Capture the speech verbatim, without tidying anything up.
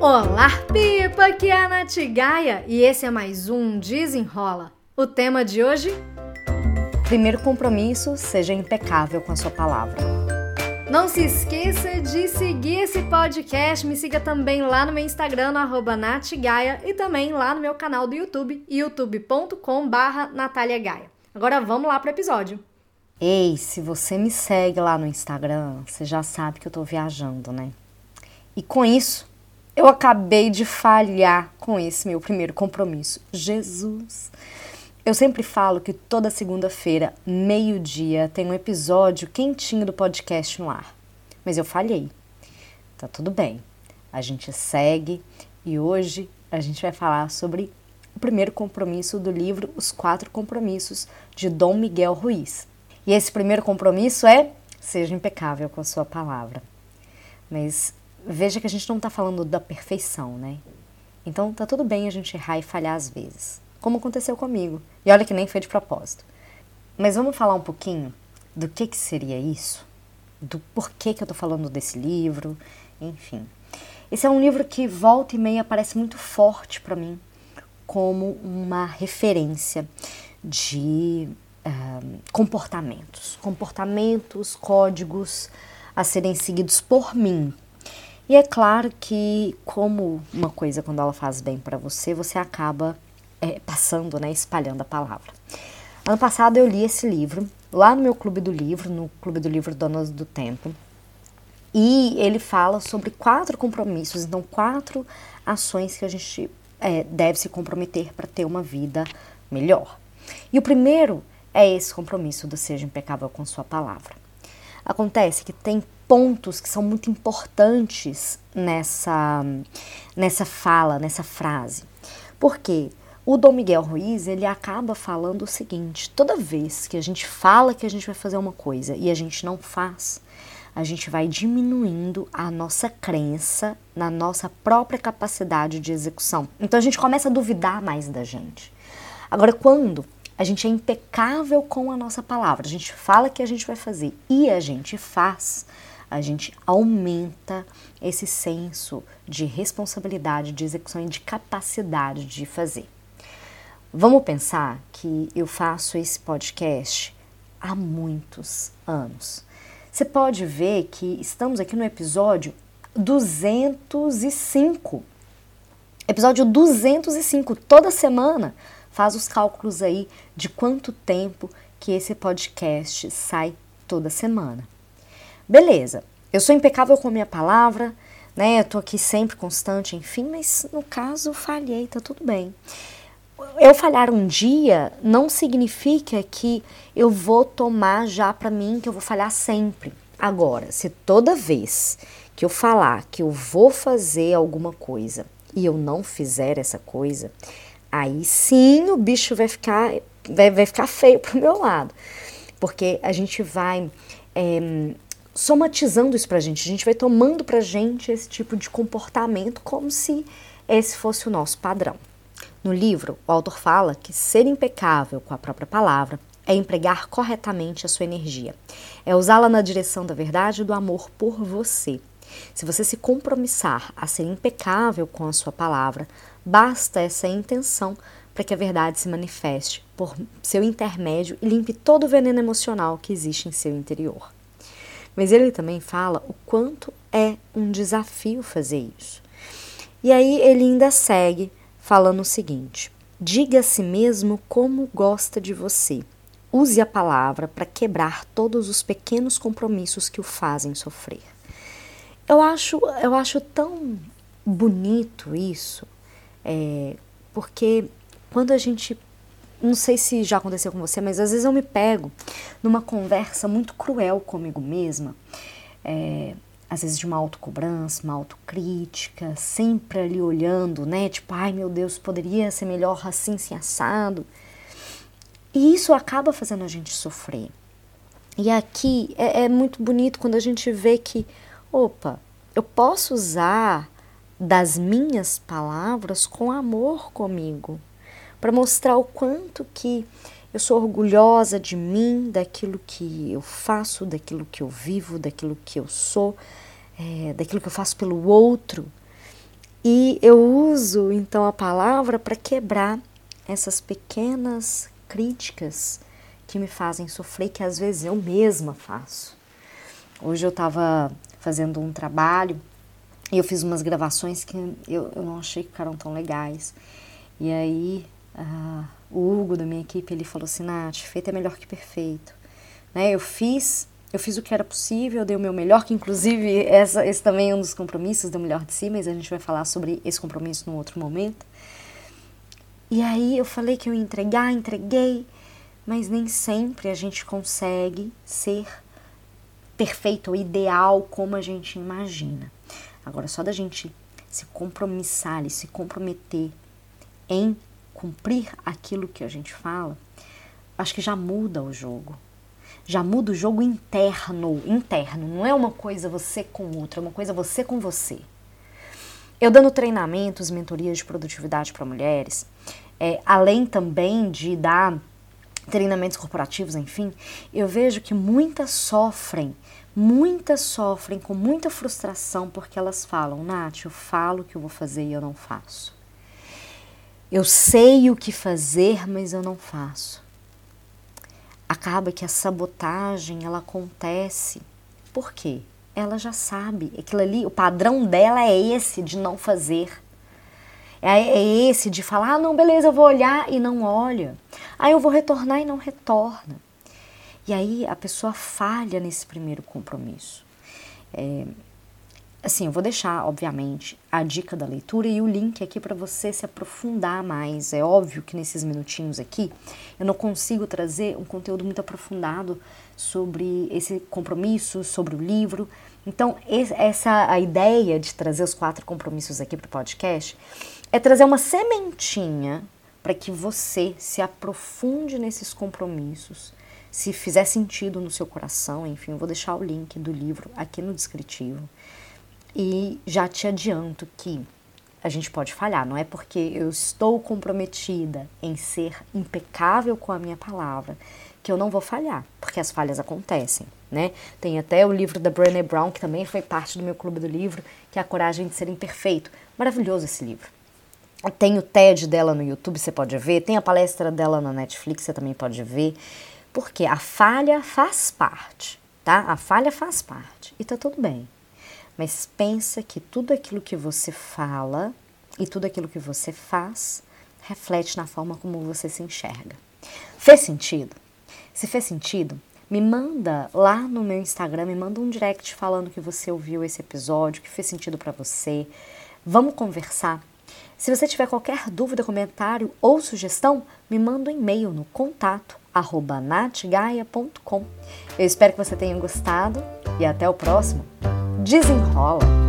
Olá, Pipa! Aqui é a Nath Gaia e esse é mais um Desenrola. O tema de hoje? Primeiro compromisso, seja impecável com a sua palavra. Não se esqueça de seguir esse podcast, me siga também lá no meu Instagram, no arroba Nath Gaia, e também lá no meu canal do YouTube, youtube ponto com barra Natália Gaia. Agora vamos lá pro episódio. Ei, se você me segue lá no Instagram, você já sabe que eu tô viajando, né? E com isso, eu acabei de falhar com esse meu primeiro compromisso. Jesus! Eu sempre falo que toda segunda-feira, meio-dia, tem um episódio quentinho do podcast no ar. Mas eu falhei. Tá tudo bem. A gente segue e hoje a gente vai falar sobre o primeiro compromisso do livro Os Quatro Compromissos, de Dom Miguel Ruiz. E esse primeiro compromisso é: seja impecável com a sua palavra. Mas veja que a gente não tá falando da perfeição, né? Então tá tudo bem a gente errar e falhar às vezes, como aconteceu comigo. E olha que nem foi de propósito. Mas vamos falar um pouquinho do que, que seria isso? Do porquê que eu tô falando desse livro, enfim. Esse é um livro que volta e meia parece muito forte para mim como uma referência de uh, comportamentos. Comportamentos, códigos a serem seguidos por mim. E é claro que, como uma coisa, quando ela faz bem para você, você acaba É, passando, né, espalhando a palavra. Ano passado eu li esse livro, lá no meu Clube do Livro, no Clube do Livro Donas do Tempo, e ele fala sobre quatro compromissos, então quatro ações que a gente é, deve se comprometer para ter uma vida melhor. E o primeiro é esse compromisso do seja impecável com sua palavra. Acontece que tem pontos que são muito importantes nessa, nessa fala, nessa frase. Por quê? O Dom Miguel Ruiz, ele acaba falando o seguinte: toda vez que a gente fala que a gente vai fazer uma coisa e a gente não faz, a gente vai diminuindo a nossa crença na nossa própria capacidade de execução. Então a gente começa a duvidar mais da gente. Agora, quando a gente é impecável com a nossa palavra, a gente fala que a gente vai fazer e a gente faz, a gente aumenta esse senso de responsabilidade, de execução e de capacidade de fazer. Vamos pensar que eu faço esse podcast há muitos anos. Você pode ver que estamos aqui no episódio duzentos e cinco. Episódio duzentos e cinco. Toda semana faz os cálculos aí de quanto tempo que esse podcast sai toda semana. Beleza, eu sou impecável com a minha palavra, né? Eu tô aqui sempre constante, enfim, mas no caso falhei, tá tudo bem. Eu falhar um dia não significa que eu vou tomar já pra mim que eu vou falhar sempre. Agora, se toda vez que eu falar que eu vou fazer alguma coisa e eu não fizer essa coisa, aí sim o bicho vai ficar, vai, vai ficar feio pro meu lado. Porque a gente vai é, somatizando isso pra gente, a gente vai tomando pra gente esse tipo de comportamento como se esse fosse o nosso padrão. No livro, o autor fala que ser impecável com a própria palavra é empregar corretamente a sua energia, é usá-la na direção da verdade e do amor por você. Se você se compromissar a ser impecável com a sua palavra, basta essa intenção para que a verdade se manifeste por seu intermédio e limpe todo o veneno emocional que existe em seu interior. Mas ele também fala o quanto é um desafio fazer isso. E aí ele ainda segue falando o seguinte: diga a si mesmo como gosta de você. Use a palavra para quebrar todos os pequenos compromissos que o fazem sofrer. Eu acho, eu acho tão bonito isso, é, porque quando a gente, não sei se já aconteceu com você, mas às vezes eu me pego numa conversa muito cruel comigo mesma, é, às vezes de uma autocobrança, uma autocrítica, sempre ali olhando, né? Tipo, ai meu Deus, poderia ser melhor assim, assim, assado. E isso acaba fazendo a gente sofrer. E aqui é, é muito bonito quando a gente vê que, opa, eu posso usar das minhas palavras com amor comigo, para mostrar o quanto que eu sou orgulhosa de mim, daquilo que eu faço, daquilo que eu vivo, daquilo que eu sou, é, daquilo que eu faço pelo outro. E eu uso, então, a palavra para quebrar essas pequenas críticas que me fazem sofrer, que às vezes eu mesma faço. Hoje eu estava fazendo um trabalho e eu fiz umas gravações que eu, eu não achei que ficaram tão legais. E aí uh, o Hugo da minha equipe, ele falou assim, Nath, feito é melhor que perfeito. Né? Eu fiz... Eu fiz o que era possível, eu dei o meu melhor, que inclusive essa, esse também é um dos compromissos do Melhor de Si, mas a gente vai falar sobre esse compromisso num outro momento. E aí eu falei que eu ia entregar, entreguei, mas nem sempre a gente consegue ser perfeito ou ideal como a gente imagina. Agora, só da gente se compromissar e se comprometer em cumprir aquilo que a gente fala, acho que já muda o jogo. Já muda o jogo interno, interno, não é uma coisa você com outra, é uma coisa você com você. Eu dando treinamentos, mentorias de produtividade para mulheres, é, além também de dar treinamentos corporativos, enfim, eu vejo que muitas sofrem, muitas sofrem com muita frustração porque elas falam, Nath, eu falo o que eu vou fazer e eu não faço. Eu sei o que fazer, mas eu não faço. Acaba que a sabotagem, ela acontece. Por quê? Ela já sabe. Aquilo ali, o padrão dela é esse de não fazer. É, é esse de falar, ah, não, beleza, eu vou olhar e não olha. Ah, eu vou retornar e não retorna. E aí a pessoa falha nesse primeiro compromisso. É, assim, eu vou deixar, obviamente, a dica da leitura e o link aqui para você se aprofundar mais. É óbvio que nesses minutinhos aqui eu não consigo trazer um conteúdo muito aprofundado sobre esse compromisso, sobre o livro. Então, essa a ideia de trazer os quatro compromissos aqui para o podcast é trazer uma sementinha para que você se aprofunde nesses compromissos, se fizer sentido no seu coração. Enfim, eu vou deixar o link do livro aqui no descritivo. E já te adianto que a gente pode falhar, não é porque eu estou comprometida em ser impecável com a minha palavra que eu não vou falhar, porque as falhas acontecem, né? Tem até o livro da Brené Brown, que também foi parte do meu clube do livro, que é A Coragem de Ser Imperfeito. Maravilhoso esse livro. Tem o TED dela no YouTube, você pode ver, tem a palestra dela na Netflix, você também pode ver, porque a falha faz parte, tá? A falha faz parte e tá tudo bem. Mas pensa que tudo aquilo que você fala e tudo aquilo que você faz reflete na forma como você se enxerga. Fez sentido? Se fez sentido, me manda lá no meu Instagram, me manda um direct falando que você ouviu esse episódio, que fez sentido para você. Vamos conversar. Se você tiver qualquer dúvida, comentário ou sugestão, me manda um e-mail no contato arroba natgaia ponto com. Eu espero que você tenha gostado e até o próximo. Desenrola!